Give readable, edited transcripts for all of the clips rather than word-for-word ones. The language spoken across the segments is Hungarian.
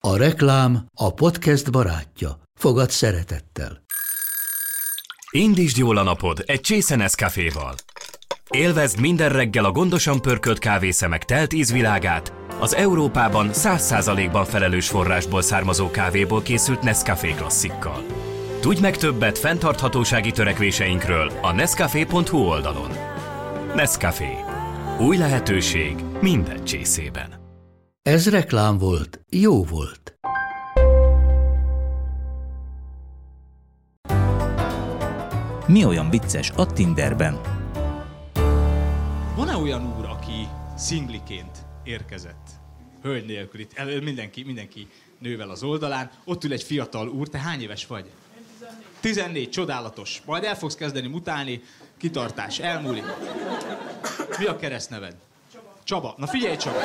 A reklám a podcast barátja. Fogad szeretettel. Indítsd jól a napod egy csésze Nescaféval. Élvezd minden reggel a gondosan pörkölt kávészemek telt ízvilágát, az Európában 100%-ban felelős forrásból származó kávéból készült Nescafé klasszikkal. Tudj meg többet fenntarthatósági törekvéseinkről a nescafé.hu oldalon. Nescafé. Új lehetőség minden csészében. Ez reklám volt, jó volt. Mi olyan vicces a Tinderben? Van-e olyan úr, aki szingliként érkezett? Hölgy nélkül, itt mindenki nővel az oldalán. Ott ül egy fiatal úr, te hány éves vagy? 14, csodálatos. Majd el fogsz kezdeni mutálni, kitartás, elmúlik. Mi a keresztneved? Csaba. Na figyelj, Csaba.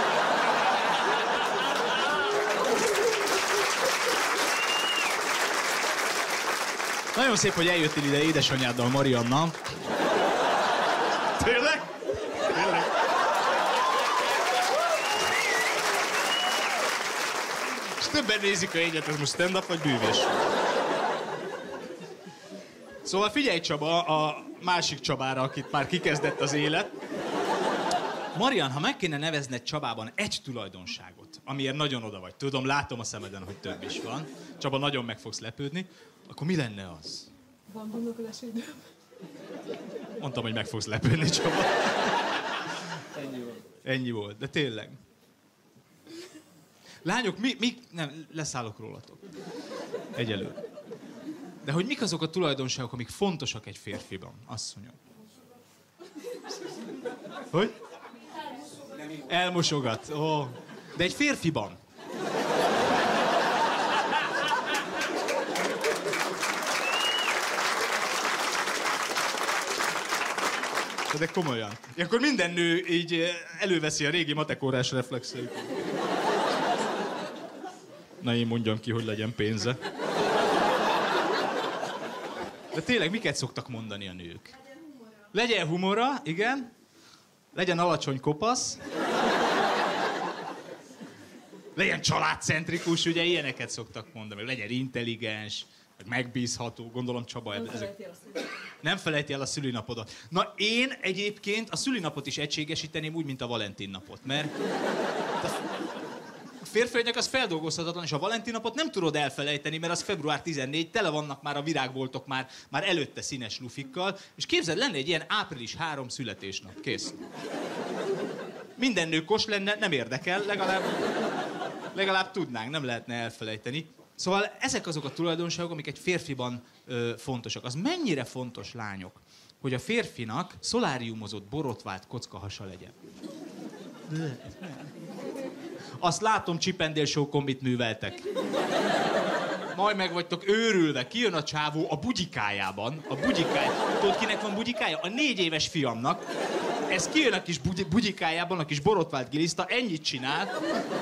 Nagyon szép, hogy eljöttél ide édesanyáddal, Marianna. Tényleg? Tényleg? És többen nézik a jegyet, ez most stand-up vagy bűvés? Szóval figyelj, Csaba, a másik Csabára, akit már kikezdett az élet. Marian, ha meg kéne nevezned Csabában egy tulajdonságot, amiért nagyon oda vagy, tudom, látom a szemeden, hogy több is van, Csaba, nagyon meg fogsz lepődni, akkor mi lenne az? Van gondolkodási időm. Mondtam, hogy meg fogsz lepődni, Csaba. Ennyi volt, de tényleg. Lányok, nem, leszállok rólatok. Egyelőre. De hogy mik azok a tulajdonságok, amik fontosak egy férfiban? Asszonyom. Hogy? Elmosogat. Oh. De egy férfiban. De komolyan. Akkor minden nő így előveszi a régi matekórás reflexeit. Na, én mondjam ki, hogy legyen pénze. De tényleg, miket szoktak mondani a nők? Legyen humora, igen. Legyen alacsony kopasz. Legyen családcentrikus, ugye ilyeneket szoktak mondani. Legyen intelligens, megbízható, gondolom Csaba. Nem felejti el a szülinapodat. Na, én egyébként a szülinapot is egységesíteném úgy, mint a Valentin napot, mert a férfiaknak az feldolgozhatatlan, és a Valentin napot nem tudod elfelejteni, mert az február 14, tele vannak már a virágboltok már előtte színes lufikkal, és képzeld, lenne egy ilyen április 3 születésnap. Kész. Minden nő kos lenne, nem érdekel, legalább tudnánk, nem lehetne elfelejteni. Szóval ezek azok a tulajdonságok, amik egy férfiban fontosak. Az mennyire fontos, lányok, hogy a férfinak szoláriumozott, borotvált kockahasa legyen. Azt látom, Csipendél Show kombit műveltek. Majd meg vagytok őrülve, kijön a csávó a bugyikájában. Tudod, kinek van bugyikája? A 4 éves fiamnak. Ez kijön a kis bugyikájában, a kis borotvált giliszta, ennyit csinál.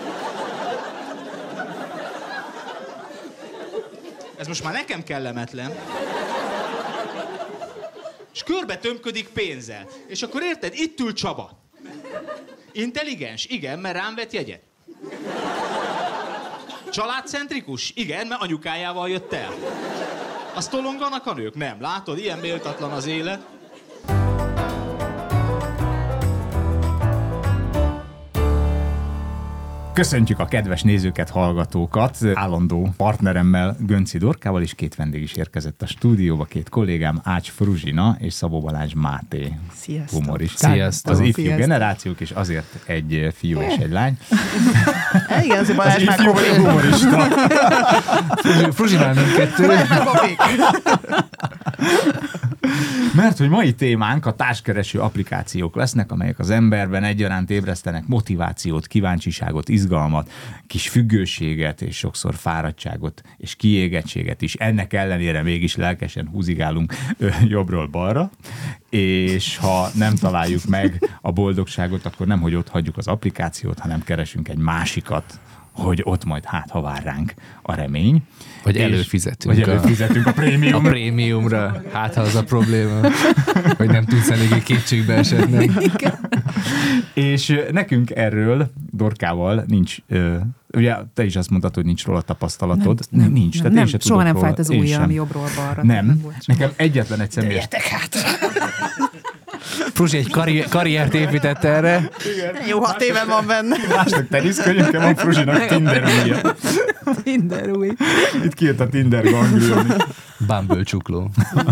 Ez most már nekem kellemetlen. És körbe tömködik pénzzel. És akkor érted, itt ül Csaba. Intelligens? Igen, mert rám vett jegyet. Családcentrikus? Igen, mert anyukájával jött el. Azt tolonganak a nők? Nem, látod? Ilyen méltatlan az élet. Köszöntjük a kedves nézőket, hallgatókat. Állandó partneremmel, Gönci Dorkával is 2 vendég is érkezett a stúdióba, 2 kollégám, Ács Fruzsina és Szabó Balázs Máté. Sziasztok. Humoristák. Sziasztok. Az ifjú generációk, és azért egy fiú és egy lány. Igen, azért Balázs már humorista. Fruzsinál mindkettő. Mert hogy mai témánk a társkereső applikációk lesznek, amelyek az emberben egyaránt ébresztenek motivációt, kíváncsiságot, izgalmat, kis függőséget és sokszor fáradtságot és kiégettséget is. Ennek ellenére mégis lelkesen húzigálunk jobbról balra, és ha nem találjuk meg a boldogságot, akkor nemhogy ott hagyjuk az applikációt, hanem keresünk egy másikat, hogy ott majd ha vár ránk a remény. Vagy előfizetünk a prémiumra. A prémiumra. Hát, ha az a probléma, hogy nem tudsz eléggé kétségbe esetni. És nekünk erről Dorkával nincs, ugye te is azt mondtad, hogy nincs róla tapasztalatod. Nincs. Tehát én se soha nem tudok fájt az róla. ujjam ami jobbról balra. Nem. Nekem egyetlen egy személyes... Jöttek hát! Fruzsi egy karriert épített erre. Jó, 6 éve van benne. Másnak teniszkönyvke van, Fruzsinak Tinder ujja. Tinder új. Itt kijött a Tinder ganglion. Bumble csukló.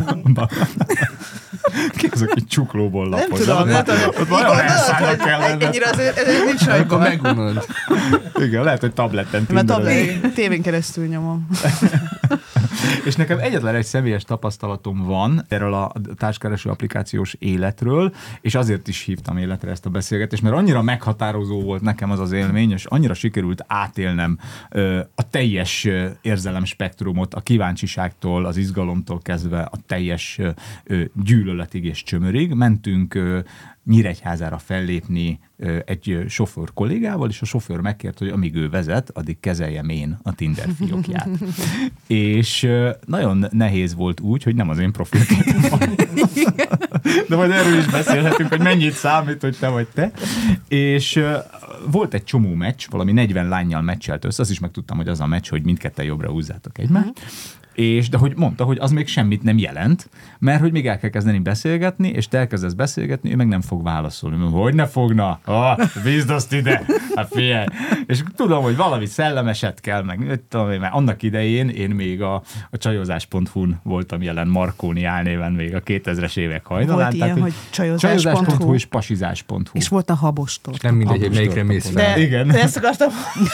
Ki az, aki csuklóból lapoz? Nem tudom. Vajon elszállnak kellene? Ennyire azért nincs Akkor rajta. megunod. Igen, lehet, hogy tableten Mert Tinderezik. tévén keresztül nyomom. És nekem egyetlen egy személyes tapasztalatom van erről a társkereső applikációs életről, és azért is hívtam életre ezt a beszélgetést, mert annyira meghatározó volt nekem az élmény, és annyira sikerült átélnem a teljes érzelemspektrumot, a kíváncsiságtól, az izgalomtól kezdve a teljes gyűlöletig és csömörig. Mentünk Nyíregyházára fellépni egy sofőr kollégával, és a sofőr megkért, hogy amíg ő vezet, addig kezeljem én a Tinder fiókját. És nagyon nehéz volt úgy, hogy nem az én profilképem van. De majd erről is beszélhetünk, hogy mennyit számít, hogy te vagy te. És volt egy csomó meccs, valami 40 lánnyal meccselt össze, azt is megtudtam, hogy az a meccs, hogy mindketten jobbra húzzátok egymást. De hogy mondta, hogy az még semmit nem jelent, mert hogy még el kell kezdeni beszélgetni, és te elkezdesz beszélgetni, ő meg nem fog válaszolni. Hogy ne fogna? Bízd azt ide! Hát figyelj! És tudom, hogy valami szellemeset kell, meg tudom, mert annak idején én még a csajozás.hu-n voltam jelen Marconi álnéven még a 2000-es évek hajnalán. Volt ilyen, hogy csajozás.hu és pasizás.hu. És volt a habostor. Nem mindegy, hogy melyikre mész fel. Igen. De ezt akartam.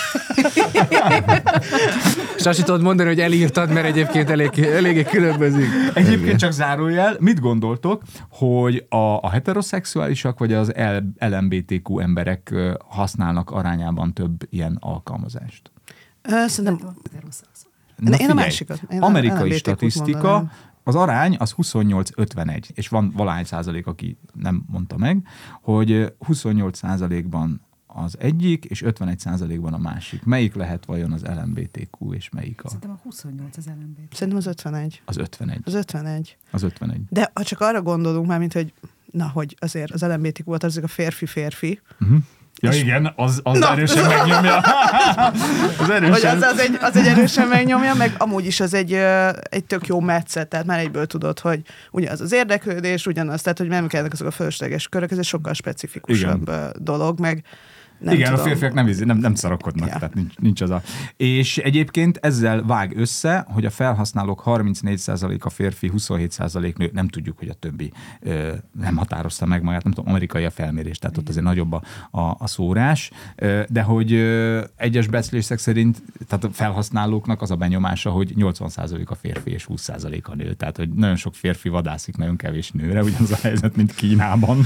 És azt tudod mondani, hogy elírtad, mert egyébként eléggé különbözik. Egyébként csak zárójel, mit gondoltok, hogy a heteroszexuálisak vagy az LMBTQ emberek használnak arányában több ilyen alkalmazást? Szerintem... Na, én a másikat. Amerikai statisztika, az arány az 28-51, és van valahány százalék, aki nem mondta meg, hogy 28%-ban az egyik, és 51%-ban a másik. Melyik lehet vajon az LMBTQ, és melyik a... Szerintem a 28 az LMBTQ. Szerintem az 51. Az 51. Az 51. Az 51. De ha csak arra gondolunk már, mint hogy hogy azért az LMBTQ volt, az a férfi-férfi. Uh-huh. Ja igen, az erősen megnyomja. Az erősen. Hogy az egy erősen megnyomja, meg amúgy is az egy tök jó metszet, tehát már egyből tudod, hogy ugyanaz az érdeklődés, ugyanaz, tehát hogy nem kellnek azok a fölösleges körök, ez egy sokkal specifikusabb dolog, meg nem igen, tudom. A férfiak nem szarakodnak, tehát nincs az a... És egyébként ezzel vág össze, hogy a felhasználók 34% a férfi, 27% nő, nem tudjuk, hogy a többi nem határozta meg magát, nem tudom, amerikai a felmérés, tehát ott azért nagyobb a szórás, de hogy egyes becslések szerint, tehát a felhasználóknak az a benyomása, hogy 80% a férfi és 20% a nő, tehát hogy nagyon sok férfi vadászik nagyon kevés nőre, ugyanaz a helyzet, mint Kínában.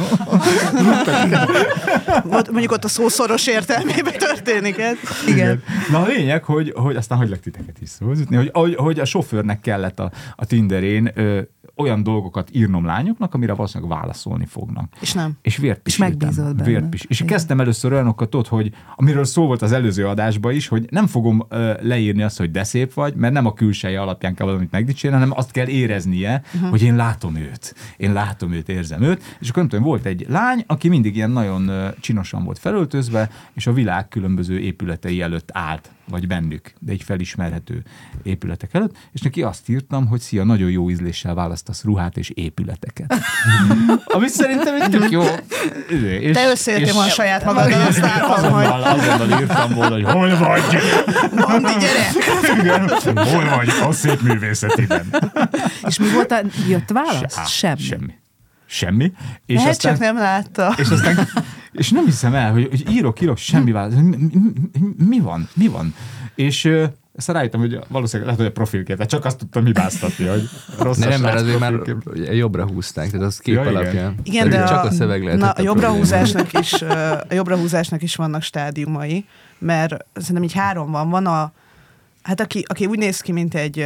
Mondjuk ott a szószoros értelmében történik ez. Igen. Na a lényeg, hogy aztán hagylak titeket is szózni, hogy a sofőrnek kellett a Tinderén olyan dolgokat írnom lányoknak, amire valószínűleg válaszolni fognak. És nem. És vérpisítem. És megbízol benne. És kezdtem először olyanokat hogy amiről szó volt az előző adásban is, hogy nem fogom leírni azt, hogy de szép vagy, mert nem a külseje alapján kell valamit megdicsérni, hanem azt kell éreznie, hogy én látom őt, érzem őt. És akkor nem tudom, volt egy lány, aki mindig ilyen nagyon csinosan volt felöltözve, és a világ különböző épületei előtt állt, vagy bennük, de egy felismerhető épületek előtt, és neki azt írtam, hogy szia, nagyon jó ízléssel választasz ruhát és épületeket. Ami szerintem egy tök jó. Te összeértél volna saját magaddal, azt látom, hogy... Azonnal írtam volna, hogy hol vagy? Bandi gyerek! Igen, hol vagy a szép művészetiben? És mi volt jött válasz? Semmi. És Lehet, aztán, csak nem látta. És nem hiszem el, hogy írok, semmi válasz. Mi van? És ezt rájöttem, hogy valószínűleg lehet, hogy a profilképet, csak azt tudtam hibáztatni, hogy rossz nem, mert azért már jobbra húzták, tehát az kép alapján. Igen, de csak a szöveg lehetett a jobbra húzásnak is vannak stádiumai, mert szerintem így 3 van. Van aki úgy néz ki, mint egy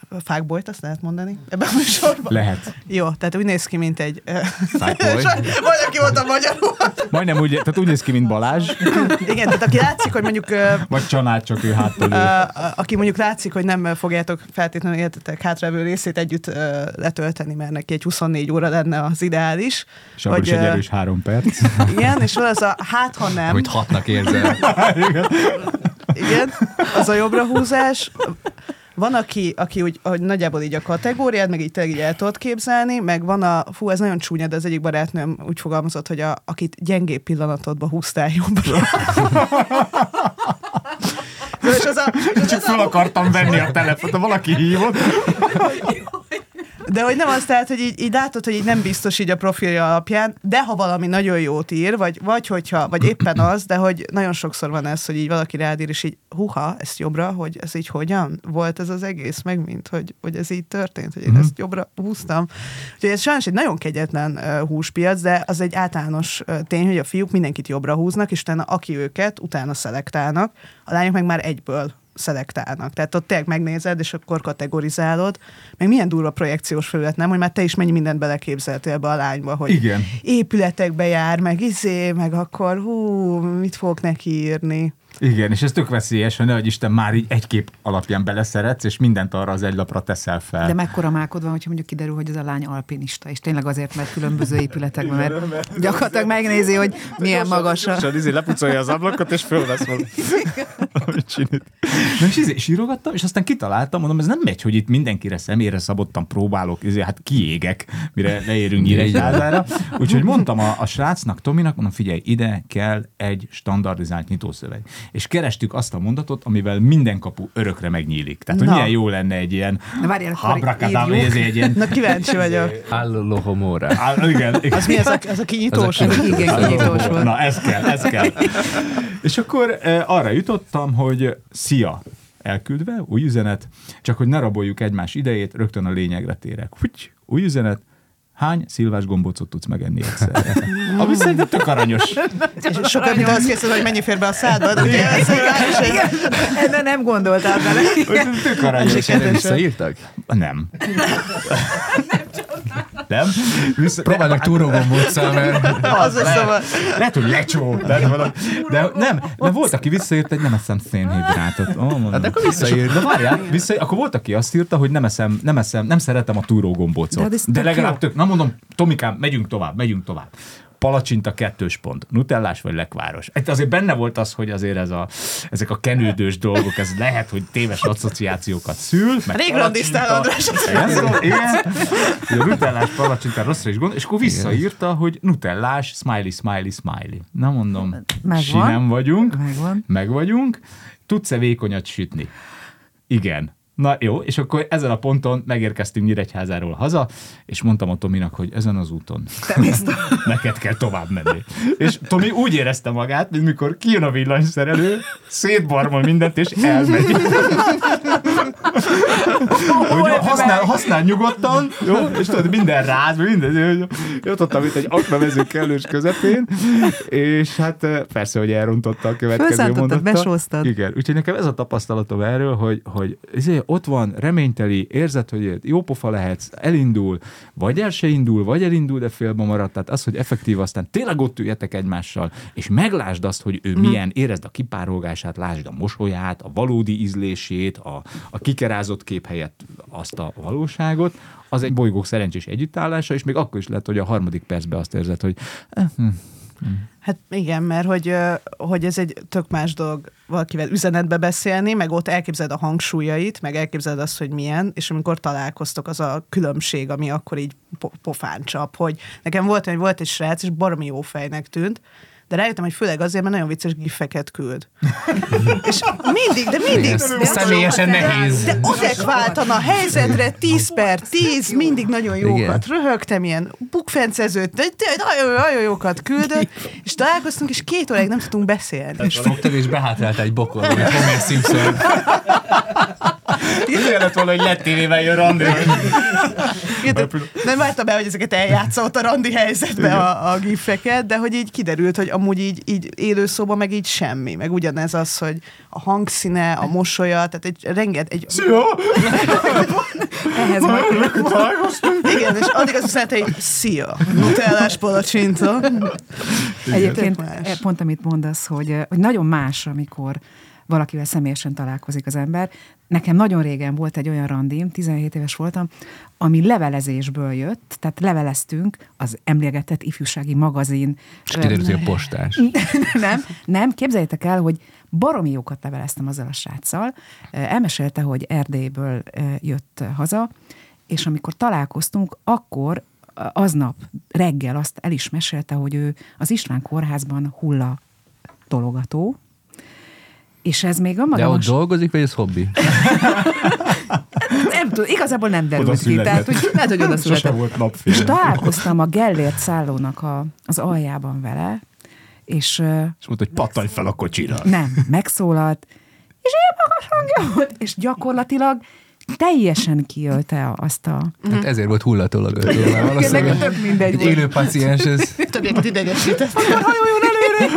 Fuckboyt, azt lehet mondani ebben a műsorban? Lehet. Jó, tehát úgy néz ki, mint egy... Fuckboy. Vagy aki mondta magyarul. Majdnem úgy, tehát úgy néz ki, mint Balázs. Igen, tehát aki látszik, hogy mondjuk... Vagy Csanád, csak ő háttal aki mondjuk látszik, hogy nem fogjátok feltétlenül értetek hátralévő részét együtt letölteni, mert neki egy 24 óra lenne az ideális. És abban is egy erős 3 perc. Igen, és van az a ha nem... Hogy hatnak érzel. Igen, az a jobbra húzás. Van, aki úgy, hogy nagyjából így a kategóriát, meg így tényleg így el tudod képzelni, meg van ez nagyon csúnya, de az egyik barátnőm úgy fogalmazott, hogy akit gyengébb pillanatodba húztál jobbra. Csak fel akartam venni a telefont, ha valaki hívott. De hogy nem az, tehát, hogy így látod, hogy így nem biztos így a profilja alapján, de ha valami nagyon jót ír, vagy éppen az, de hogy nagyon sokszor van ez, hogy így valaki rád ír, és így ezt jobbra, hogy ez így hogyan volt ez az egész, meg mint, hogy ez így történt, hogy én ezt jobbra húztam. Úgyhogy ez sajnos egy nagyon kegyetlen húspiac, de az egy általános tény, hogy a fiúk mindenkit jobbra húznak, és utána aki őket, utána szelektálnak, a lányok meg már egyből szelektálnak. Tehát ott tényleg megnézed, és akkor kategorizálod. Meg milyen durva projekciós felület, nem? Hogy már te is mennyi mindent beleképzeltél be a lányba, hogy igen. Épületekbe jár, meg meg akkor mit fogok neki írni. Igen, és ez tök veszélyes, hogy nehogy Isten már így egy kép alapján beleszeretsz, és mindent arra az egy lapra teszel fel. De mekkora mákod van, hogyha mondjuk kiderül, hogy ez a lány alpinista, és tényleg azért, mert különböző épületekben, mert gyakorlatilag megnézi, hogy milyen magas a... Gyorsan lepucolja az ablakot, és fölvesz valamit. És írogattam, és aztán kitaláltam, mondom, ez nem megy, hogy itt mindenkire személyre szabottan próbálok, hát kiégek, mire leérünk Nyíregyházára. Úgyhogy mondtam a srácnak, Tominak, mondom, figyelj, ide kell egy standardizált nyitószöveg. És kerestük azt a mondatot, amivel minden kapu örökre megnyílik. Tehát, hogy milyen jó lenne egy ilyen egy ilyen... Na, kíváncsi vagyok. Allohomora. Igen. Az mi ez a kinyitós? Igen, kinyitós volt. Na, ez kell. És akkor arra jutottam, hogy szia, elküldve, új üzenet, csak hogy ne raboljuk egymás idejét, rögtön a lényegre térek. Új üzenet, hány szilvás gombócot tudsz megenni egyszerre? Ami szerintem tök aranyos. És sokkal mint azt készül, hogy mennyi fér be a szádba. Ebben nem gondoltál bele. Tök aranyos. És erre visszaírtak? Nem. Nem? Próbálnak túrógombóccal, mert... Lehet, hogy lecsó. De nem, volt, aki visszaírt, hogy nem eszem szénhidrátot. Hát akkor visszaírt. De várjál, akkor volt, aki azt írta, hogy nem szeretem a túrógombócot. De legalább tök. Na mondom, Tomikám, megyünk tovább. Palacsinta 2 pont. Nutellás vagy lekváros? Azért benne volt az, hogy azért ezek a kenődős dolgok, ez lehet, hogy téves asszociációkat szül. Rég randisztál, András. Igen. A nutellás, palacsinta rosszra is gond, és akkor visszaírta, hogy nutellás, smiley. Na mondom, sinem vagyunk. Megvagyunk. Tudsz-e vékonyat sütni? Igen. Na jó, és akkor ezen a ponton megérkeztünk Nyíregyházáról haza, és mondtam a Tominak, hogy ezen az úton neked kell tovább menni. És Tomi úgy érezte magát, mint mikor kijön a villanyszerelő, szétbarmol mindent, és elmegy. Használ nyugodtan, jó? És tudod, minden rád, minden. Jöttem itt egy aknavező kellős közepén, és hát persze, hogy elrontotta a következő mondatot. Besóztad. Igen, úgyhogy nekem ez a tapasztalatom erről, hogy ott van, reményteli, érzed, hogy jó pofa lehetsz, elindul, vagy el se indul, vagy elindul, de félbe maradt. Tehát az, hogy effektív, aztán tényleg ott üljetek egymással, és meglásd azt, hogy ő milyen, érezd a kipárolgását, lásd a mosolyát, a valódi ízlését, a kikerázott kép helyett azt a valóságot, az egy bolygók szerencsés együttállása, és még akkor is lehet, hogy a 3. percben azt érzed, hogy Hát igen, mert hogy ez egy tök más dolog valakivel üzenetbe beszélni, meg ott elképzeled a hangsúlyait, meg elképzeled azt, hogy milyen, és amikor találkoztok, az a különbség, ami akkor így pofán csap, hogy nekem volt egy srác, és baromi jó fejnek tűnt, de rájöttem, hogy főleg azért, mert nagyon vicces gifeket küld. És mindig. Személyesen nehéz. De adekváltan a helyzetre 10/10, mindig nagyon jókat röhögtem, ilyen bukfencezőt, de nagyon jókat küldött, és találkoztunk, és 2 óráig nem tudtunk beszélni. És fogtad, és behátrált egy bokor, vagy Homer Simpson. Ilyen lett volna, hogy lett tévével jön randi. Nem vártam be, hogy ezeket eljátsza ott a randi helyzetbe a gifeket, de hogy így kiderült, hogy amúgy így élőszóban meg így semmi. Meg ugyanez az, hogy a hangszíne, a mosolya, tehát egy Szia! Ehhez igen, és addig azt mondta, hogy szia, nutellás palacsinta. Egyébként pont amit mondasz, hogy nagyon más, amikor valakivel személyesen találkozik az ember. Nekem nagyon régen volt egy olyan randim, 17 éves voltam, ami levelezésből jött, tehát leveleztünk az emlégetett ifjúsági magazin. És kiderült, hogy a postás. Nem, képzeljétek el, hogy baromi jókat leveleztem azzal a sráccal. Elmesélte, hogy Erdélyből jött haza, és amikor találkoztunk, akkor aznap reggel azt el is mesélte, hogy ő az István kórházban hulla tologató, és ez még De ott dolgozik, vagy ez hobbi? Nem tudom, igazából nem derült ki, tehát hogy lehet, hogy oda született. És találkoztam a Gellért szállónak az aljában vele, és mondta, hogy pattanj fel a kocsira. Nem, megszólalt, és ilyen magas hangja volt, és gyakorlatilag teljesen kiölte azt a... Hát ezért volt hullatolagoló. Valószínűleg tök mindegy egy élő paciens ez. Többieket idegesített. Hajoljon előre!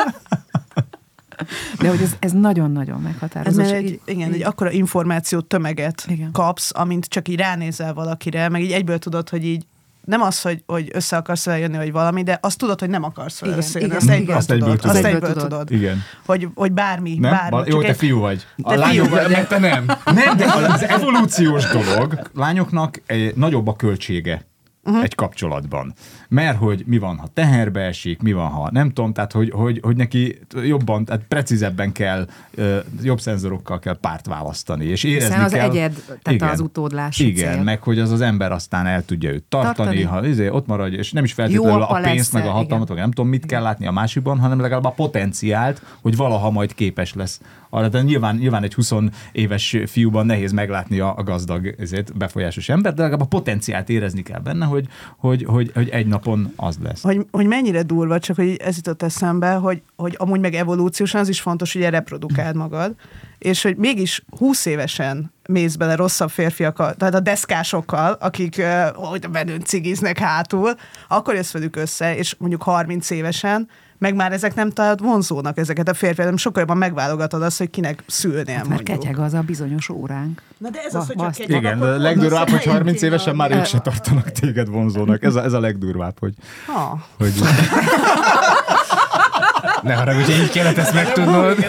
De hogy ez nagyon-nagyon meghatározó. Ez egy akkora információ tömeget kapsz, amint csak így ránézel valakire, meg így egyből tudod, hogy így nem az, hogy össze akarsz vele jönni, vagy valami, de azt tudod, hogy nem akarsz vele összejönni. Azt egyből tudod. Igen. Hogy bármi. Jó, te fiú vagy. Te nem. Nem, de az evolúciós dolog lányoknak nagyobb a költsége egy kapcsolatban. Mert hogy mi van, ha teherbe esik, mi van, ha nem tudom, tehát hogy neki jobban, tehát precízebben kell, jobb szenzorokkal kell párt választani, és érezni hiszen az kell. egyed, tehát igen, az utódlás. Igen, cél. Meg hogy az ember aztán el tudja őt tartani. Ha ott maradj, és nem is feltétlenül a pénzt, meg a hatalmat, vagy nem tudom, mit kell látni a másikban, hanem legalább a potenciált, hogy valaha majd képes lesz arra. De nyilván egy 20 éves fiúban nehéz meglátni a gazdag, befolyásos ember, de legalább a potenciált érezni kell benne, hogy egy napon az lesz. Hogy mennyire durva, csak hogy ez jutott eszembe, hogy amúgy meg evolúciósan az is fontos, hogy reprodukáld magad, és hogy mégis 20 évesen mész bele rosszabb férfiakkal, tehát a deszkásokkal, akik hogy bennünk cigiznek hátul, akkor jössz velük össze, és mondjuk 30 évesen, meg már ezek nem találod vonzónak ezeket a férfiak, nem sokkal jobban megválogatod azt, hogy kinek szülnél hát mondjuk. Mert ketyeg az a bizonyos óránk. Na de ez az, hogy csak ketyeg. Igen, de a legdurvább, hogy 30 évesen már ők se tartanak téged vonzónak. Ez a legdurvább, hogy... Ne haragudj, így kellett ezt megtudnod.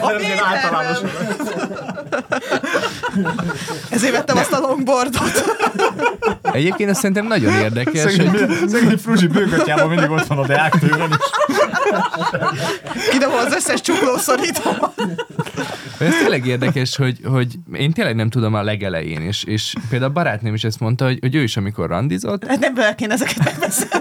Ezért vettem azt a longboardot. Egyébként ezt szerintem nagyon érdekes. Szegény Fruzsi bőgatyában mindig ott van a Deák tőlen is. Kidobom az összes csuklószorítómat. Ez tényleg érdekes, hogy én tényleg nem tudom a legelején, és például a barátnőm is ezt mondta, hogy ő is, amikor randizott. Hát nem bele kéne ezeket megbeszélni.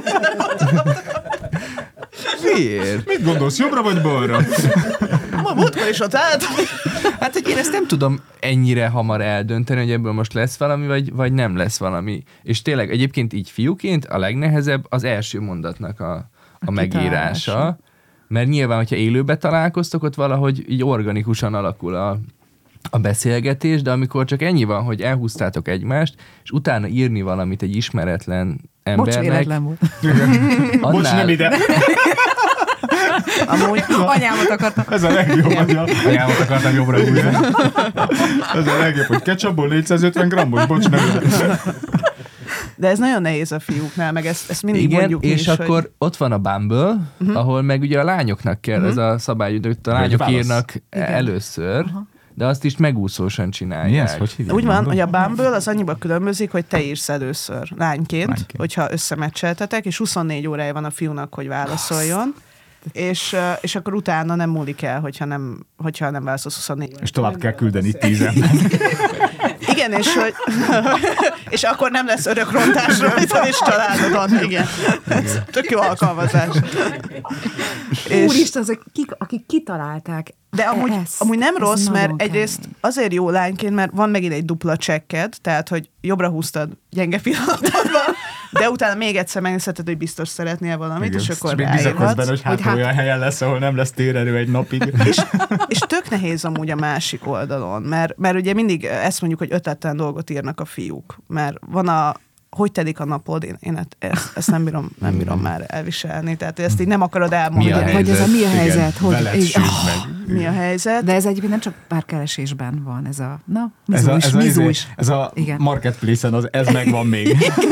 Miért? Mit gondolsz, jobbra vagy balra? Múltkor is ott állt. Hát, hogy én ezt nem tudom ennyire hamar eldönteni, hogy ebből most lesz valami, vagy nem lesz valami. És tényleg egyébként így fiúként a legnehezebb az első mondatnak a megírása. Mert nyilván, hogyha élőbe találkoztok, ott valahogy így organikusan alakul a beszélgetés, de amikor csak ennyi van, hogy elhúztátok egymást, és utána írni valamit egy ismeretlen embernek... Bocs, véletlen volt. Bocs, nem ide. Amúgy anyámat akartam. Ez a legjobb, anyámat akartam jobbra újra. Ez a legjobb, hogy ketchupból 450 grammos, bocs, nem ide. De ez nagyon nehéz a fiúknál, meg ezt mindig igen, mondjuk és is, akkor hogy... ott van a Bumble, ahol meg ugye a lányoknak kell, ez a szabály, hogy a lányok írnak először, de azt is megúszósan csinálják. Mi ez? Hogy hívják? Úgy van, hogy a Bumble az annyiba különbözik, hogy te írsz először lányként, hogyha összemecseltetek, és 24 órája van a fiúnak, hogy válaszoljon. És akkor utána nem múlik el, hogyha nem válaszolsz 24 órája. És tovább kell küldeni 10. Igen, és akkor nem lesz örökrontás rajta, és családodon. Igen. Tök jó alkalmazás. Úristen, azok akik kitalálták. De amúgy nem rossz, mert egyrészt azért jó lányként, mert van megint egy dupla csekked, tehát, hogy jobbra húztad gyenge pillanatodban, de utána még egyszer megnézheted, hogy biztos szeretnél valamit, és akkor még bizakodsz benne, hogy hogy olyan helyen lesz, ahol nem lesz térerő egy napig. és tök nehéz amúgy a másik oldalon, mert ugye mindig ezt mondjuk, hogy ötlettelen dolgot írnak a fiúk, mert van hogy telik a napod, én ezt nem bírom már elviselni, tehát ezt így nem akarod elmondani. Vagy ez a mi a helyzet? Mi a helyzet? De ez egyébként nem csak párkeresésben van, ez a mizu is. Ez a marketplace-en ez megvan még.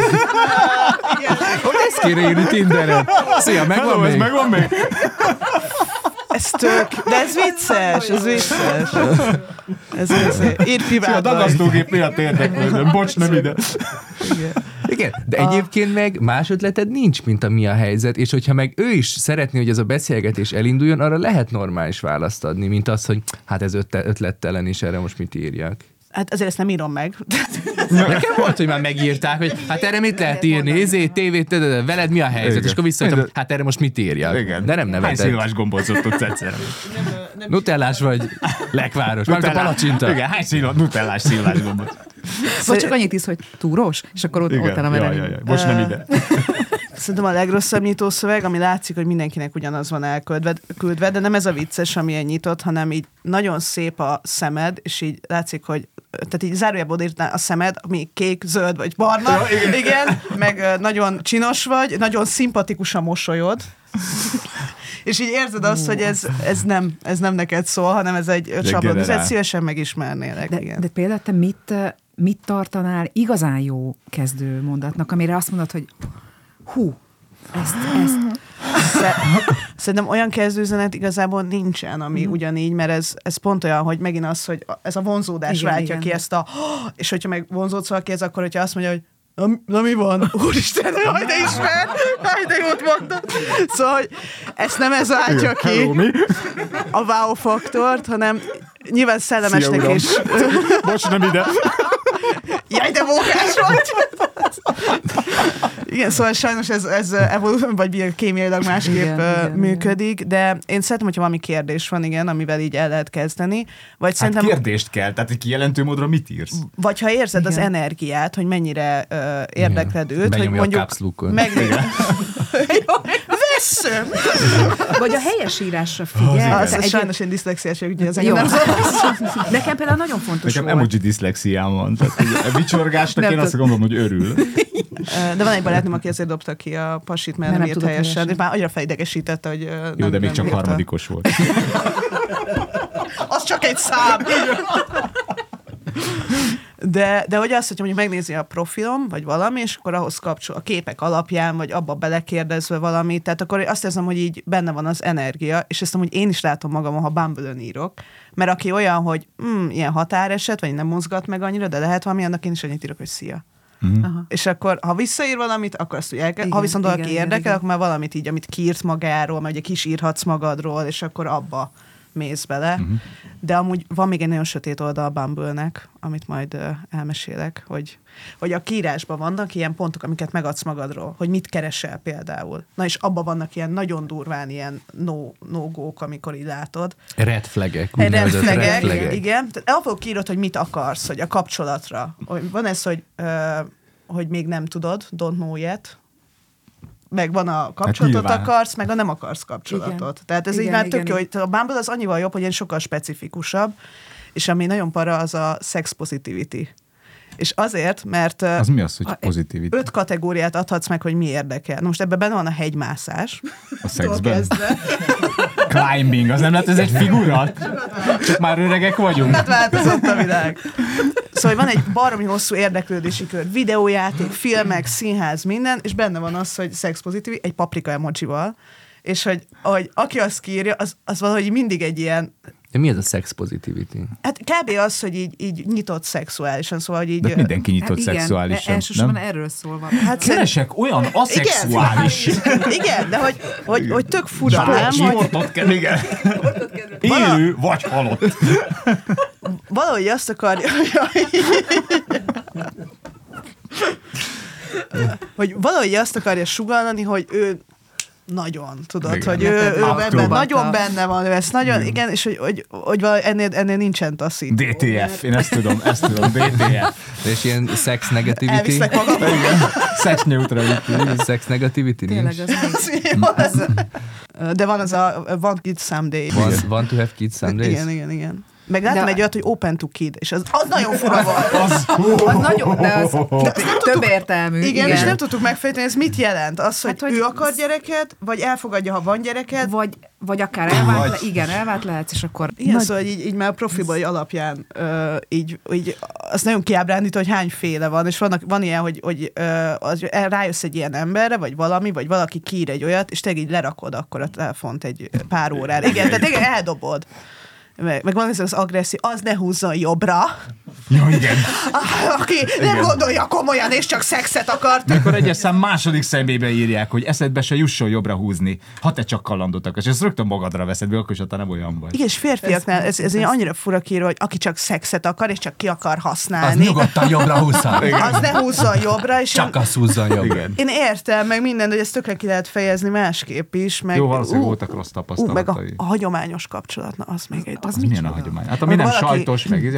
Hogy ezt kéne írni Tinderen? Szia, megvan még? Ez megvan még? Ez de ez vicces. Ez írd privátban. A dagasztógép miatt érdeklődöm, bocs, nem ide. Igen, de egyébként meg más ötleted nincs, mint a mi a helyzet, és hogyha meg ő is szeretné, hogy ez a beszélgetés elinduljon, arra lehet normális választ adni, mint az, hogy hát ez ötlettelen, és erre most mit írjak. Hát azért ezt nem írom meg. Nekem volt, hogy már megírták, hogy hát erre mit lehet írni, tévét, veled mi a helyzet, igen. És akkor visszajöttem, hát erre most mit írjak. Igen. De nem nevetett. Hány szilvás gombócot tudsz egyszerűen? Nutellás vagy lekváros, már a palacsinta. Igen, hány nutellás szilvás gombot. Vagy csak annyit isz, hogy túrós, és akkor ott a menedék. Most nem ide. Szerintem a legrosszabb nyitószöveg, ami látszik, hogy mindenkinek ugyanaz van elküldve, de nem ez a vicces, ami egy nyitott, hanem így nagyon szép a szemed, és így látszik, hogy tehát így zárójában odaírtál a szemed, ami kék, zöld vagy barna, igen, meg nagyon csinos vagy, nagyon szimpatikus a mosolyod, és így érzed azt, hogy ez nem neked szól, hanem ez egy sablon, ezért szívesen megismernélek. De például te mit tartanál igazán jó kezdő mondatnak, amire azt mondod, hogy ezt. Szerintem olyan kezdőzenet igazából nincsen, ami ugyanígy, mert ez pont olyan, hogy megint az, hogy ez a vonzódás váltja ki ezt és hogyha meg vonzódsz valaki, ez akkor, hogyha azt mondja, hogy na mi van? Úristen, jaj, de ismer! Jaj, de jót mondod! Szóval, hogy ezt nem ez váltja ki a wow faktort, hanem nyilván szellemesnek is. Bocs, nem ide. Jaj, de mókás vagy! Igen, szóval sajnos ez vagy kémiailag másképp működik, de én szeretem, hogyha valami kérdés van, igen, amivel így el lehet kezdeni. Vagy szerintem, kérdést kell, tehát egy kijelentő módra mit írsz? Vagy ha érzed az energiát, hogy mennyire érdekled őt, hogy mondjuk... Veszem! Vagy a helyesírásra figyel. Sajnos én diszlexiás vagyok, úgyhogy ez nem nekem például nagyon fontos nekem volt. Emoji diszlexiám van. Tehát a vicsorgásnak én azt gondolom, hogy örül. De van egy barátnőm, aki ezért dobta ki a pasit, mert nem írt helyesen. És már annyira felidegesítette, hogy jó, de még csak harmadikos volt. Az csak egy szám! De hogy azt, hogy mondjuk megnézi a profilom, vagy valami, és akkor ahhoz kapcsol a képek alapján, vagy abba belekérdezve valamit, tehát akkor azt érzem, hogy így benne van az energia, és ezt amúgy én is látom magam, ha Bumble-ön írok, mert aki olyan, hogy ilyen határeset, vagy nem mozgat meg annyira, de lehet valami, annak én is annyit írok, hogy szia. És akkor, ha visszaír valamit, akkor azt ugye ha viszont valaki érdekel, akkor már valamit így, amit kiírt magáról, mert ugye kisírhatsz magadról, és akkor abba mész bele. De amúgy van még egy nagyon sötét oldal a Bumble-nek, amit majd elmesélek, hogy a kiírásban vannak ilyen pontok, amiket megadsz magadról, hogy mit keresel például. Na és abban vannak ilyen nagyon durván ilyen no-go-k, amikor így látod. Red flagek. Red flagek, igen. Tehát abból kiírod, hogy mit akarsz, hogy a kapcsolatra. Van ez, hogy még nem tudod, don't know yet, meg van a kapcsolatot akarsz, meg a nem akarsz kapcsolatot. Igen. Tehát ez így már tök jó, hogy a Bumble az annyival jobb, hogy ilyen sokkal specifikusabb, és ami nagyon para, az a sex positivity. És azért, mert... Az mi az, hogy positivity? 5 kategóriát adhatsz meg, hogy mi érdekel. Na most ebben benne van a hegymászás. A szexben? Climbing, az nem lehet, ez egy figura? Csak már öregek vagyunk. Hát változott a világ. Szóval van egy baromi hosszú érdeklődési kör. Videójáték, filmek, színház, minden, és benne van az, hogy sex positive, egy paprika emojival, és hogy aki azt kiírja, az valahogy mindig egy ilyen... De mi ez a sex positivity? Hát kb. Az, hogy így nyitott szexuálisan, szóval, hogy így... De mindenki nyitott szexuálisan, elsősorban erről szól van. Hát keresek olyan aszexuális... Igen, de hogy tök fura, nem? Sportot kell, igen. Élő vagy halott. Valahogy azt akarja... hogy valahogy azt akarja sugallani, hogy ő nagyon, tudod, Igen. hogy ő ebben nagyon Próbálta. benne van, ő ezt nagyon, igen, és hogy ennél nincsen taszító. DTF, én ezt tudom, DTF. És ilyen sex negativity. Elviszlek magam. Sex neutrality. Sex negativity nincs. Tényleg az még. De van az a Want Kids Someday. Want to have kids someday? Igen. Meg láttam De- egy olyat, hogy Open to Kid, és az nagyon fura volt. Az nagyon, de az több értelmű. Igen, és nem tudtuk megfejteni, ez mit jelent? Az, hogy, Hát, hogy ő akar gyereket, vagy elfogadja, ha van gyereket. Vagy akár elvált lehetsz, és akkor... Igen, szóval így már a profibai alapján így azt nagyon kiábrándító, hogy hányféle van, és van ilyen, hogy rájössz egy ilyen emberre, vagy valaki kiír egy olyat, és te így lerakod akkor a telefont egy pár órára. Igen, tehát igen, eldobod. Meg van ez az agresszió, az ne húzzon jobbra. Ja, igen. Aki nem gondolja komolyan, és csak szexet akart. Mikor egyes szám második szemébe írják, hogy eszedbe se jusson jobbra húzni, ha te csak kalandot akarsz, és ezt rögtön magadra veszed, akkor is te nem olyan vagy. Igen, és férfiaknál ez annyira fura kiírva, hogy aki csak szexet akar, és csak ki akar Az használni. nyugodtan jobbra húzzon. Az ne húzzon jobbra, és Csak az húzzon jobbra. én értem, meg minden, hogy ezt tökre ki lehet fejezni másképp is. Meg, Jó, valószínűleg voltak rossz meg tapasztalatai. a hagyományos kapcsolat, na az még egy Az milyen a hagyomány? Hát ami nem Valaki- sajtos, meg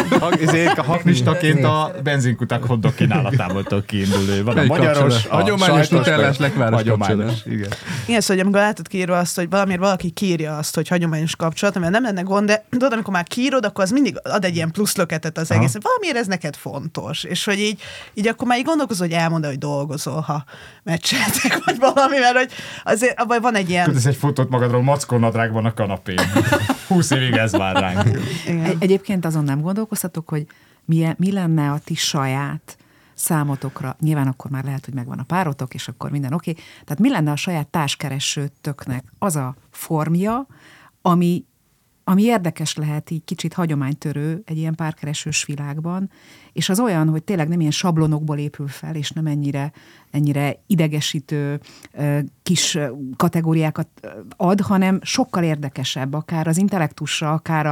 a haknistaként a benzinkuták hotdog kínálatából kiindulő. Van a Egy magyaros, kapcsolat. a Hagyományos, sajtos, nutellás, meg lekváros hagyományos. kapcsolat. Igen. Igen, szóval, hogy amikor látod kiírva azt, hogy valamiért valaki kiírja azt, hogy hagyományos kapcsolat, mert nem lenne gond, de tudod, amikor már kiírod, akkor az mindig ad egy ilyen plusz löketet az egész. Valamiért ez neked fontos. És hogy így akkor már így gondolkozol, hogy elmondod, hogy dolgozol, ha meccseltek, vagy valami, mert hogy azért abban van egy ilyen... Ez egy fotót magadról, macskónadrágban a kanapén. 20 évig ez vár ránk. Igen. Egyébként azon nem gondolkoztatok, hogy mi lenne a ti saját számotokra, nyilván akkor már lehet, hogy megvan a párotok, és akkor minden oké. Tehát mi lenne a saját társkeresőtöknek az a formja, ami érdekes lehet, így kicsit hagyománytörő egy ilyen párkeresős világban, és az olyan, hogy tényleg nem ilyen sablonokból épül fel, és nem ennyire idegesítő kis kategóriákat ad, hanem sokkal érdekesebb, akár az intellektusra, akár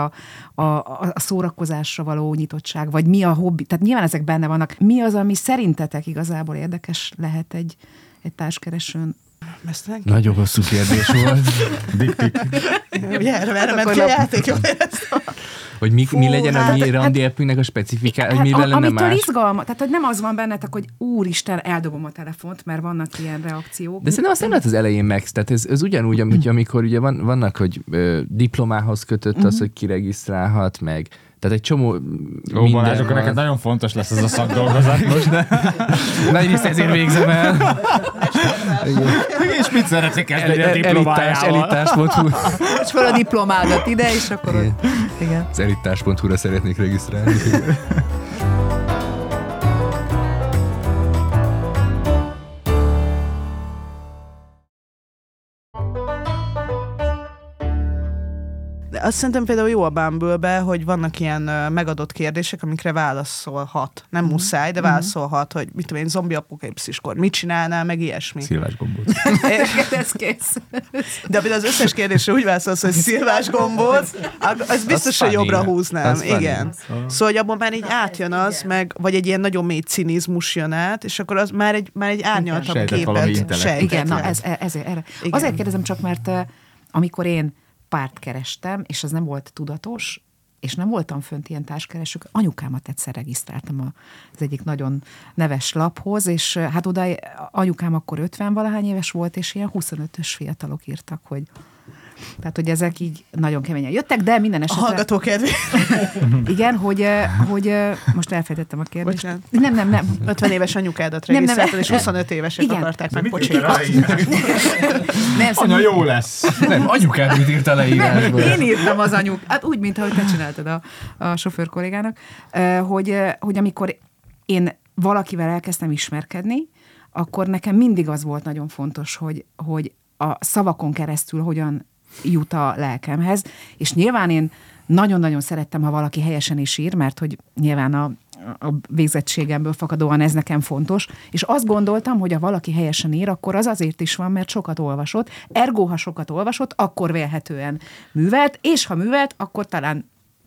a szórakozásra való nyitottság, vagy mi a hobbi. Tehát nyilván ezek benne vannak. Mi az, ami szerintetek igazából érdekes lehet egy társkeresőn? Nagyon hosszú kérdés volt. Ugye erre ment ki a játék, jól éreztem. Hogy mi legyen a mi randi appünknek a specifikája, hogy mivel lenne amitől más. izgalma, tehát hogy nem az van bennetek, hogy úristen, eldobom a telefont, mert vannak ilyen reakciók. De szerintem azt nem lehet az elején meg, tehát ez ugyanúgy, amikor ugye vannak, hogy diplomához kötött az, hogy kiregisztrálhat, meg tehát egy csomó Ó, Balázs, akkor neked nagyon fontos lesz ez a szakdolgozat most, de... Nagy részt ezért végzem el. És mit szeretnék kezdeni a diplomájával? Elitás.hu. És fel a diplomádat ide, és akkor ott... Igen. Az elitás.hu-ra szeretnék regisztrálni. De azt szerintem például jó a Bumble-be, hogy vannak ilyen megadott kérdések, amikre válaszolhat. Nem muszáj, de válaszolhat, hogy mit tudom én, zombi apokalipsziskor mit csinálnál, meg ilyesmi. Szilvás gombóc. Ez kész. De például az összes kérdésre úgy válaszolsz, hogy szilvás gombóc, az biztos, hogy funny. jobbra húznám. Az funny. Igen. Szóval, hogy abban már így átjön az, meg, vagy egy ilyen nagyon mély cinizmus jön át, és akkor az már egy árnyaltabb Sejtett valami képet intellektus. sejtett. Igen, na ezért erre. Igen. Azért kérdezem csak, mert amikor én párt kerestem, és az nem volt tudatos, és nem voltam fönt ilyen társkeresők, anyukámat egyszer regisztráltam az egyik nagyon neves laphoz, és hát oda anyukám akkor 50-valahány éves volt, és ilyen 25-ös fiatalok írtak, hogy tehát, hogy ezek így nagyon keményen jöttek, de minden A esetre... hallgató kedvé. Igen, hogy most elfejtettem a kérdést. Bocsánat. Nem. 50 éves anyukádat Nem, regisztráltad, és nem. 25 évesek Igen. akarták megpocsékolni. Nem, Anya, jó lesz. Nem, anyukád mit írt a leírásba. én írtam az anyuk, hát úgy, mint ahogy te csináltad a sofőr kollégának, hogy amikor én valakivel elkezdtem ismerkedni, akkor nekem mindig az volt nagyon fontos, hogy a szavakon keresztül hogyan jut a lelkemhez, és nyilván én nagyon-nagyon szerettem, ha valaki helyesen is ír, mert hogy nyilván a végzettségemből fakadóan ez nekem fontos, és azt gondoltam, hogy ha valaki helyesen ír, akkor az azért is van, mert sokat olvasott, ergo, ha sokat olvasott, akkor vélhetően művelt, és ha művelt, akkor talán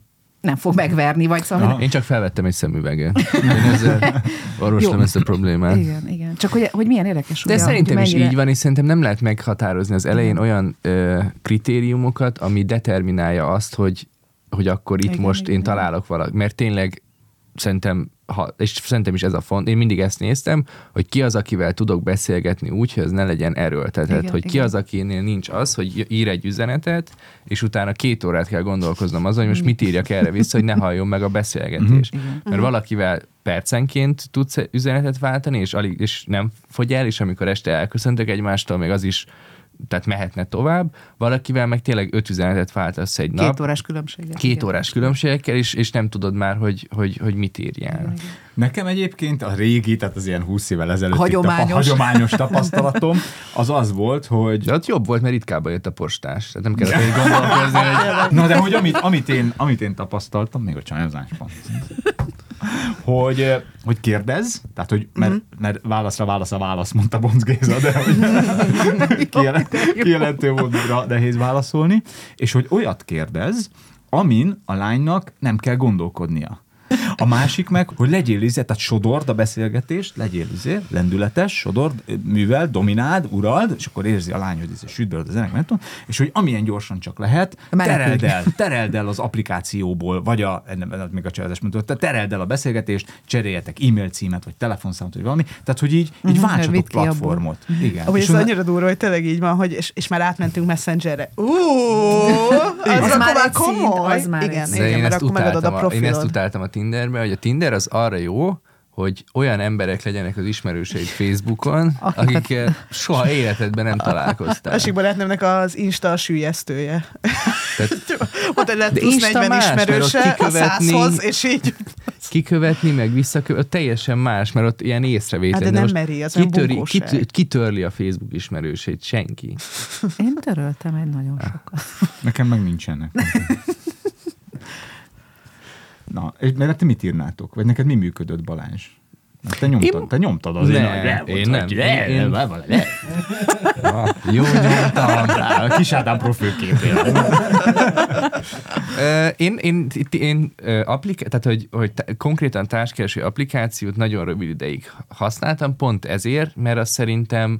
nem fog megverni, vagy szóval... Én csak felvettem egy szemüveget. Én ezzel orvoslom ezt a problémát. Igen. Csak hogy milyen érdekes. De ugye, szerintem is mennyire... így van, és szerintem nem lehet meghatározni az elején olyan kritériumokat, ami determinálja azt, hogy akkor itt most én találok valamit. Mert tényleg szerintem, és szerintem is ez a font, én mindig ezt néztem, hogy ki az, akivel tudok beszélgetni úgy, hogy ez ne legyen erőltetett, hogy ki az, akinél nincs az, hogy ír egy üzenetet, és utána 2 órát kell gondolkoznom azon, hogy most mit írjak erre vissza, hogy ne halljon meg a beszélgetés. Mert valakivel percenként tudsz üzenetet váltani, és nem fogy el, és amikor este elköszöntök egymástól, még az is tehát mehetne tovább, valakivel meg tényleg 5 üzenetet váltasz egy nap. 2 órás különbséggel. 2 órás különbségekkel, és nem tudod már, hogy mit írjál. Nekem egyébként a régi, tehát az ilyen 20 évvel ezelőtti hagyományos tapasztalatom az volt, hogy... De ott jobb volt, mert ritkába jött a postás. Tehát nem kellett így gondolkozni, hogy... Na de hogy amit én tapasztaltam, még a csajozásban, hogy kérdezz, tehát hogy mert válaszra válasz, mondta Bonc Géza, de hogy kijelentő volt, nehéz válaszolni, és hogy olyat kérdezz, amin a lánynak nem kell gondolkodnia. A másik meg, hogy legyél tehát sodord a beszélgetést, legyél lendületes, sodord, műveld, domináld, urald, és akkor érzi a lány, hogy ez süt belőle az ennek, nem tudom, és hogy amilyen gyorsan csak lehet, tereld el az applikációból, vagy még a cselezés mondta, tereld el a beszélgetést, cseréljetek e-mail címet, vagy telefonszámot, vagy valami, tehát hogy így váltsatok platformot. Igen. Amúgy ez annyira durva, hogy tényleg így van, hogy és már átmentünk Messengerre. Az már komoly. Igen, mert akkor megadod a profilod. Én ezt utáltam a Tinderben, hogy a Tinder az arra jó, hogy olyan emberek legyenek az ismerőseid Facebookon, akikkel soha életedben nem találkoztál. Másik barátnőmnek az Insta süllyesztője. Ott lehet plusz 40 ismerőse a 100-hoz, és így... Kikövetni, meg visszakövetni, teljesen más, mert ott ilyen észrevétlen. Hát de nem meri, az olyan bunkóság. Kitörli a Facebook ismerőseit? Senki. Én töröltem egy nagyon sokat. Nekem meg nincsenek. Na, és mert te mit írnátok? Vagy neked mi működött, Balázs? Te nyomtad azért. Én nem. Jó, nyomtam. A kis Ádám profilképére. Tehát, hogy konkrétan társkereső applikációt nagyon rövid ideig használtam, pont ezért, mert azt szerintem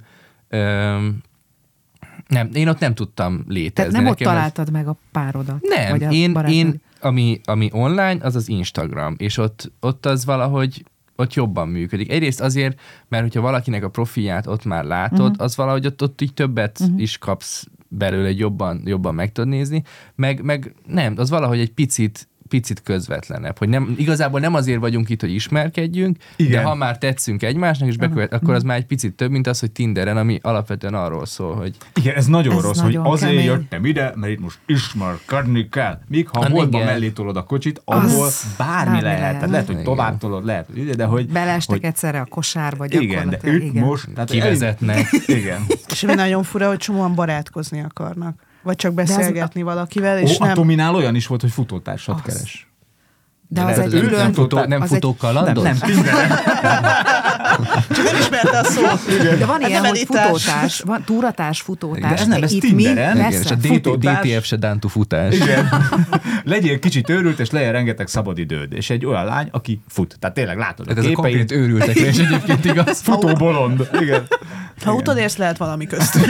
nem, én ott nem tudtam létezni. Tehát nem ott találtad meg a párodat? Nem, én ami online, az az Instagram, és ott az valahogy ott jobban működik. Egyrészt azért, mert hogyha valakinek a profilját ott már látod, az valahogy ott így többet is kapsz belőle, jobban meg tudod nézni, meg nem, az valahogy egy picit közvetlenebb, hogy igazából nem azért vagyunk itt, hogy ismerkedjünk, de ha már tetszünk egymásnak, és akkor az már egy picit több, mint az, hogy Tinderen, ami alapvetően arról szól, hogy... Igen, ez nagyon rossz, hogy azért kemény. Jöttem ide, mert itt most ismerkedni kell. Míg ha boltban mellé tolod a kocsit, abból bármi lehet. Lehet, hogy tovább tolod, lehet, de hogy... Beleestek egyszerre a kosárba, igen, de itt most... Kivezetnek. Igen. És ami nagyon fura, hogy csomóan barátkozni akarnak. Vagy csak beszélgetni valakivel, és nem... A Tominál olyan is volt, hogy futótársat keres. De az egy külön... Nem futókalandos? Nem, Tinderen. Csak nem ismerte a szót. De van ilyen, hogy futótárs, van túratárs, futótárs. De ez Tinderen. Igen, és a DTF se dántú futás. Igen. Legyél kicsit őrült, és legyen rengeteg szabadidőd. És egy olyan lány, aki fut. Tehát tényleg látod a képeit. Ez a konkrét őrültekre, és egyébként igaz. Futó bolond. Igen. Ha utolérsz, lehet valami köztük.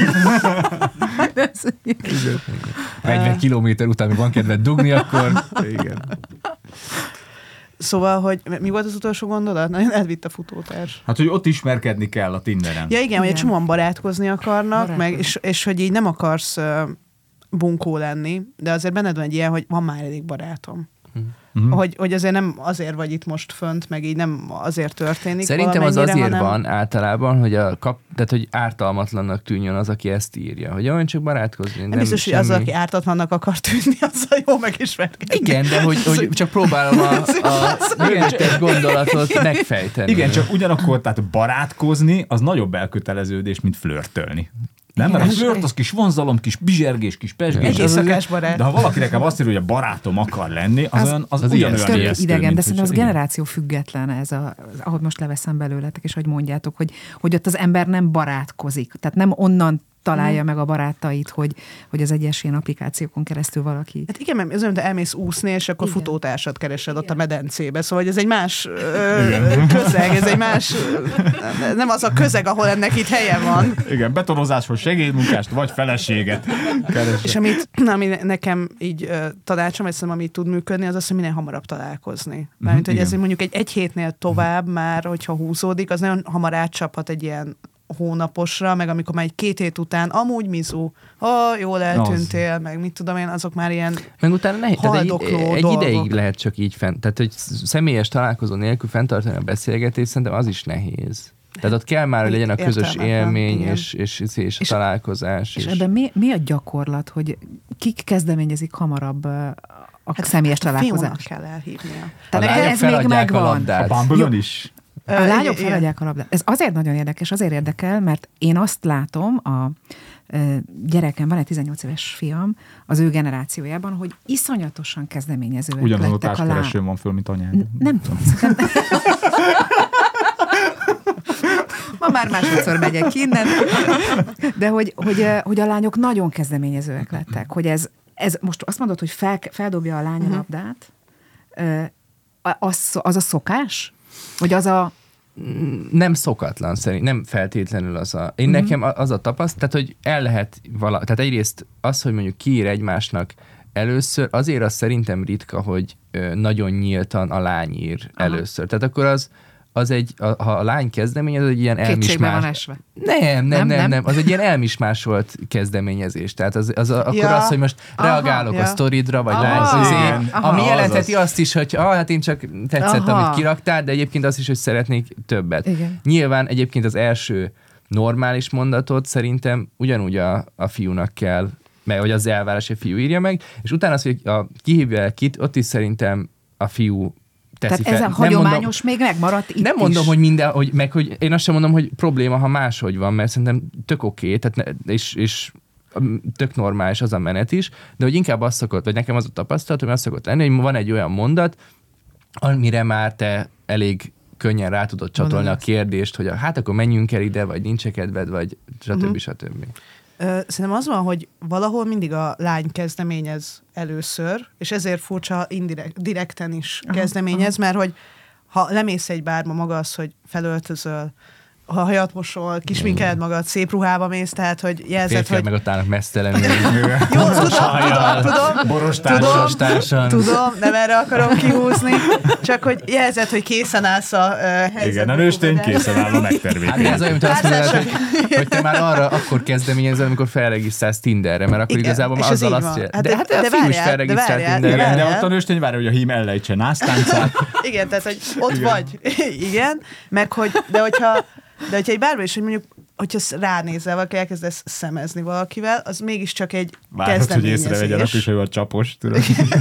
40 kilométer után, még van kedved dugni, akkor... Igen. Szóval, hogy mi volt az utolsó gondolat? Nagyon elvitt a futótárs. Hát, hogy ott ismerkedni kell a Tinderen. Ja igen, hogy egy csomóan barátkozni akarnak, meg, és hogy így nem akarsz bunkó lenni, de azért benned van egy ilyen, hogy van már elég barátom. Hogy azért nem azért vagy itt most fönt, meg így nem azért történik. Szerintem az azért van általában, hogy tehát, hogy ártalmatlannak tűnjön az, aki ezt írja. Hogy olyan csak barátkozni. Nem biztos, hogy az, aki ártatlannak akar tűnni, azzal jó megismerkedni. Igen, de hogy csak próbálom a mögöttes gondolatot megfejteni. Igen, csak ugyanakkor, tehát barátkozni, az nagyobb elköteleződés, mint flörtölni. Nem, mert a flirt az kis vonzalom, kis bizsergés, kis pesgés. Éjszakás barát. De ha valaki nekem azt írja, hogy a barátom akar lenni, az ugyanolyan ijesztő. Idegen, de szerintem az generáció független, ahogy most leveszem belőletek, és hogy mondjátok, hogy ott az ember nem barátkozik. Tehát nem onnan találja meg a barátait, hogy az egyes ilyen applikációkon keresztül valaki... Hát igen, mert ez olyan, te elmész úszni, és akkor futótársat keresed ott a medencébe, szóval ez egy más közeg, ez egy más, nem az a közeg, ahol ennek itt helye van. Igen, betonozáshoz segédmunkást, vagy feleséget keresed. És ami nekem így tanácsom, vagy ami tud működni, az az, hogy minél hamarabb találkozni. Mármint, hogy ez mondjuk egy hétnél tovább már, hogyha húzódik, az nagyon hamar átcsaphat egy ilyen hónaposra, meg amikor már egy 2 hét után amúgy mizu, jól eltűntél, meg mit tudom én, azok már ilyen meg utána haldokló egy dolgok. ideig lehet csak így tehát hogy személyes találkozó nélkül fenntartani a beszélgetést, szerintem az is nehéz. Tehát ott kell már, hogy legyen a közös élmény, és a találkozás. És ebben mi a gyakorlat, hogy kik kezdeményezik hamarabb a személyes találkozást? Fiúnak kell elhívnia. Tehát ez még megvan. A Bumble-on is? A lányok feladják a labdát. Ez azért nagyon érdekes, azért érdekel, mert én azt látom, a gyerekem, van egy 18 éves fiam, az ő generációjában, hogy iszonyatosan kezdeményezőek ugyanaz lettek a társkeresőn van föl, mint anyád. Nem tudom. Ma már másodszor megyek innen. De hogy a lányok nagyon kezdeményezőek lettek. Hogy ez most azt mondod, hogy feldobja a lány a labdát, az a szokás? Vagy az a... Nem szokatlan szerint, nem feltétlenül az a... Nekem az a tapasztalat, tehát hogy el lehet tehát egyrészt az, hogy mondjuk kiír egymásnak először, azért az szerintem ritka, hogy nagyon nyíltan a lány ír először. Tehát akkor az egy, ha a lány kezdeményez, az egy ilyen kétségbe van esve. Nem. Az egy ilyen elmismásolt kezdeményezés. Tehát akkor az, hogy most reagálok a sztoridra, vagy ami jelentheti azt is, hogy hát én csak tetszett, amit kiraktál, de egyébként azt is, hogy szeretnék többet. Igen. Nyilván egyébként az első normális mondatot szerintem ugyanúgy a fiúnak kell, vagy az elvárás, hogy a fiú írja meg, és utána az, hogy kihívja el kit, ott is szerintem a fiú teszi tehát ez a hagyományos még megmaradt itt nem mondom, is. Hogy minden, hogy én azt sem mondom, hogy probléma, ha máshogy van, mert szerintem tök oké, és tök normális az a menet is, de hogy inkább az szokott, vagy nekem az a tapasztalat, hogy az szokott lenni, hogy van egy olyan mondat, amire már te elég könnyen rá tudod csatolni a kérdést, hogy hát akkor menjünk el ide, vagy nincs kedved, vagy stb. Szerintem az van, hogy valahol mindig a lány kezdeményez először, és ezért furcsa, direkten is kezdeményez, mert hogy ha lemész egy bárba, maga az, hogy felöltözöl, ha hajat mosol, kisminkeled magad, szép ruhába mész, tehát hogy jelzed, hogy... meg ott állnak mesztelenül. Jó, tudom, tudom, nem erre akarom kihúzni, csak hogy jelzed, hogy készen állsz a helyzetben. Igen, a nőstény készen áll a megtermékén. Hát ez olyan, mint azt mondod, hogy te már arra akkor kezdeményezel, amikor felregisztrálsz Tinderre, mert akkor igazából már azzal azt jelenti. De hát a fiú is felregisztrált Tinderre. De ott a nőstény várja, hogy a hím ellejtse násztáncát. Igen, tehát hogy ott vagy. Igen, meg hogy, de hogyha egy bárban is, hogy mondjuk, hogyha ránézel, valaki elkezdesz szemezni valakivel, az mégiscsak egy kezdeményezés. Hogy észrevegyenek is, hogy van csapos, tudod.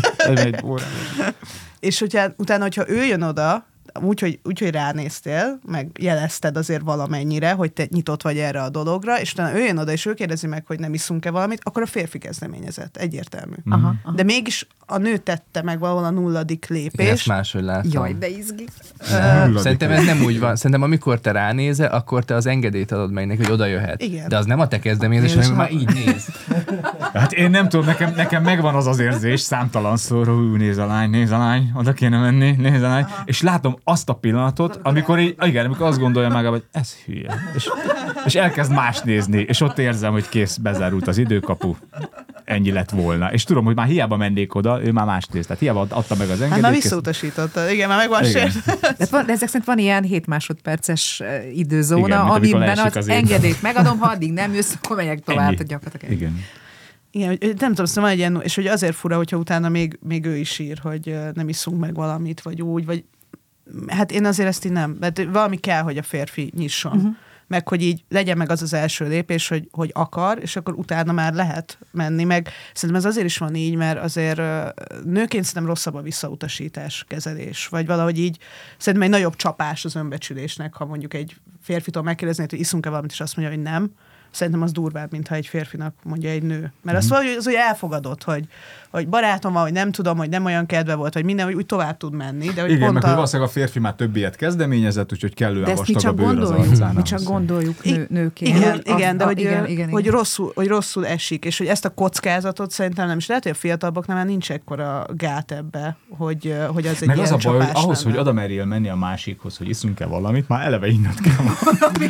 És utána, hogyha ő jön oda, úgy, hogy ránéztél, meg jelezted azért valamennyire, hogy te nyitott vagy erre a dologra, és utána ő jön oda, és ő kérdezi meg, hogy nem iszunk-e valamit, akkor a férfi kezdeményezett. Egyértelmű. Aha. De mégis a nő tette meg valahol a 0. lépés. Ezt máshogy látom. Jaj, de izgi. Szerintem ez nem úgy van. Szerintem amikor te ránézel, akkor te az engedélyt adod meg neki, hogy oda jöhet. Igen. De az nem a te kezdeményezés, hanem már így néz. Hát én nem tudom, nekem megvan az érzés számtalanszor, hogy néz a lány, oda kéne menni, néz a lány, és látom azt a pillanatot, amikor amikor azt gondolja meg, hogy ez hülye. És elkezd más nézni, és ott érzem, hogy kész, bezárult az időkapu. Ennyi lett volna. És tudom, hogy már hiába mennék oda, ő már más néz. Tehát hiába adta meg az engedélyt. Hát már visszautasította. Igen, már megvan sért. De ezek szerint van ilyen 7 másodperces időzóna, igen, amiben az engedélyt megadom, ha addig nem jössz, akkor megyek tovább. Igen. Igen, nem tudom, szóval van egy ilyen, és hogy azért fura, hogyha utána még ő is ír, hogy nem iszunk meg valamit, vagy úgy, vagy hát én azért ezt így nem, mert valami kell, hogy a férfi nyisson. Meg hogy így legyen meg az első lépés, hogy akar, és akkor utána már lehet menni, meg szerintem ez azért is van így, mert azért nőként szerintem rosszabb a visszautasítás kezelés, vagy valahogy így szerintem egy nagyobb csapás az önbecsülésnek, ha mondjuk egy férfitől megkérdeznéd, hogy iszunk-e valamit, és azt mondja, hogy nem. szerintem az durvább, mintha egy férfinak mondja egy nő. Mert azt valahogy az, hogy elfogadott, hogy barátom van, hogy nem tudom, hogy nem olyan kedve volt, vagy minden, hogy úgy tovább tud menni. De hogy igen, pont meg hogy valószínűleg a férfi már több ilyet kezdeményezett, úgyhogy kellően vastag a bőr az arcán. Mi csak gondoljuk nőként. Igen, de hogy rosszul esik, és hogy ezt a kockázatot szerintem nem is lehet, hogy a fiatalabbaknál már nincs ekkora gát ebbe, hogy az egy meg ilyen az a baj, hogy ahhoz, lenne. hogy oda merjél menni a másikhoz, hogy iszunk-e valamit, már eleve innent kell valami.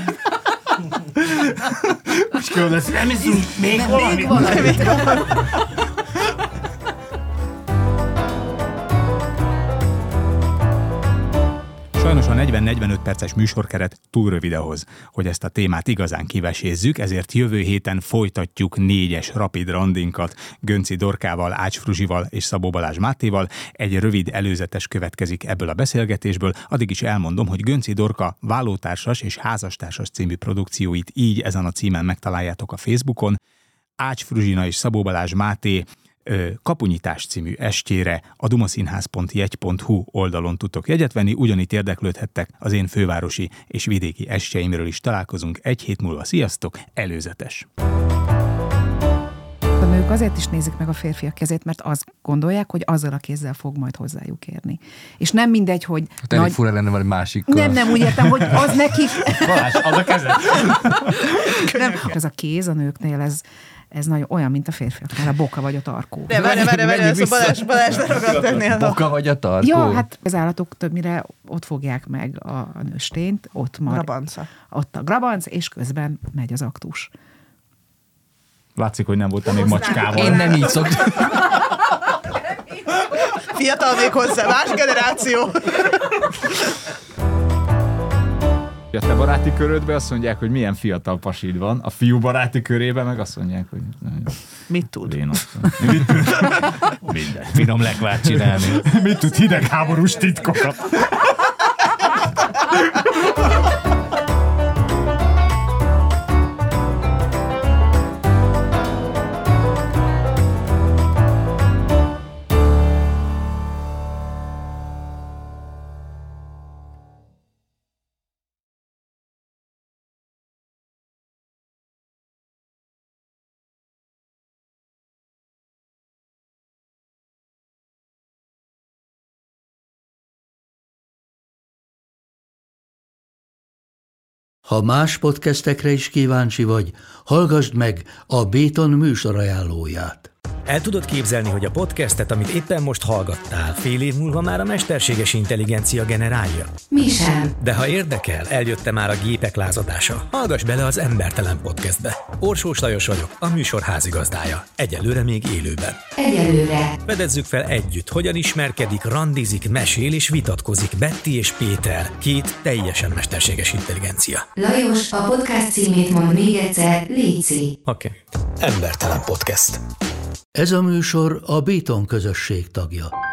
Úgy kell lesz, nem iszunk még valamit. Sajnos a 40-45 perces műsorkeret túl rövid ahhoz, hogy ezt a témát igazán kivesézzük, ezért jövő héten folytatjuk 4-es rapid randinkat Gönci Dorkával, Ács Fruzsival és Szabó Balázs Mátéval. Egy rövid előzetes következik ebből a beszélgetésből. Addig is elmondom, hogy Gönci Dorka Vállótársas és Házastársas című produkcióit így ezen a címen megtaláljátok a Facebookon. Ács Fruzsina és Szabó Balázs Máté Kapunyítás című estjére a dumaszínház.jegy.hu oldalon tudtok jegyet venni, ugyanitt érdeklődhettek az én fővárosi és vidéki estjeimről is. Találkozunk egy hét múlva. Sziasztok! Előzetes! A nők azért is nézik meg a férfiak kezét, mert azt gondolják, hogy azzal a kézzel fog majd hozzájuk érni. És nem mindegy, hogy... Elég fura lenne valami másikkal. Nem, úgy értem, hogy az nekik... Balázs, ad a kezed! Nem, ez a kéz a nőknél, ez nagyon olyan, mint a férfiaknál, a boka vagy a tarkó. De várj, Balázs leragadt Boka vagy a tarkó? Ja, hát az állatok többnyire ott fogják meg a nőstényt, ott a grabanc, és közben megy az aktus. Látszik, hogy nem voltam még macskával. Én nem így szoktam. Fiatal még hozzá, más generáció. A te baráti körödben azt mondják, hogy milyen fiatal pasid van, a fiú baráti körében meg azt mondják, hogy... Mit tud? Mit tud? Minden. Finom lekvárt csinálni. Mit tud hidegháborús titkokat? Ha más podcastekre is kíváncsi vagy, hallgassd meg a Béton műsor ajánlóját. El tudod képzelni, hogy a podcastet, amit éppen most hallgattál, fél év múlva már a mesterséges intelligencia generálja? Mi sem. De ha érdekel, eljött már a gépek lázadása. Hallgass bele az Embertelen podcastbe. Orsós Lajos vagyok, a műsor házigazdája. Egyelőre még élőben. Egyelőre. Fedezzük fel együtt, hogyan ismerkedik, randizik, mesél és vitatkozik Betty és Péter, két teljesen mesterséges intelligencia. Lajos, a podcast címét mond még egyszer, léci. Oké. Embertelen podcast. Ez a műsor a Béton közösség tagja.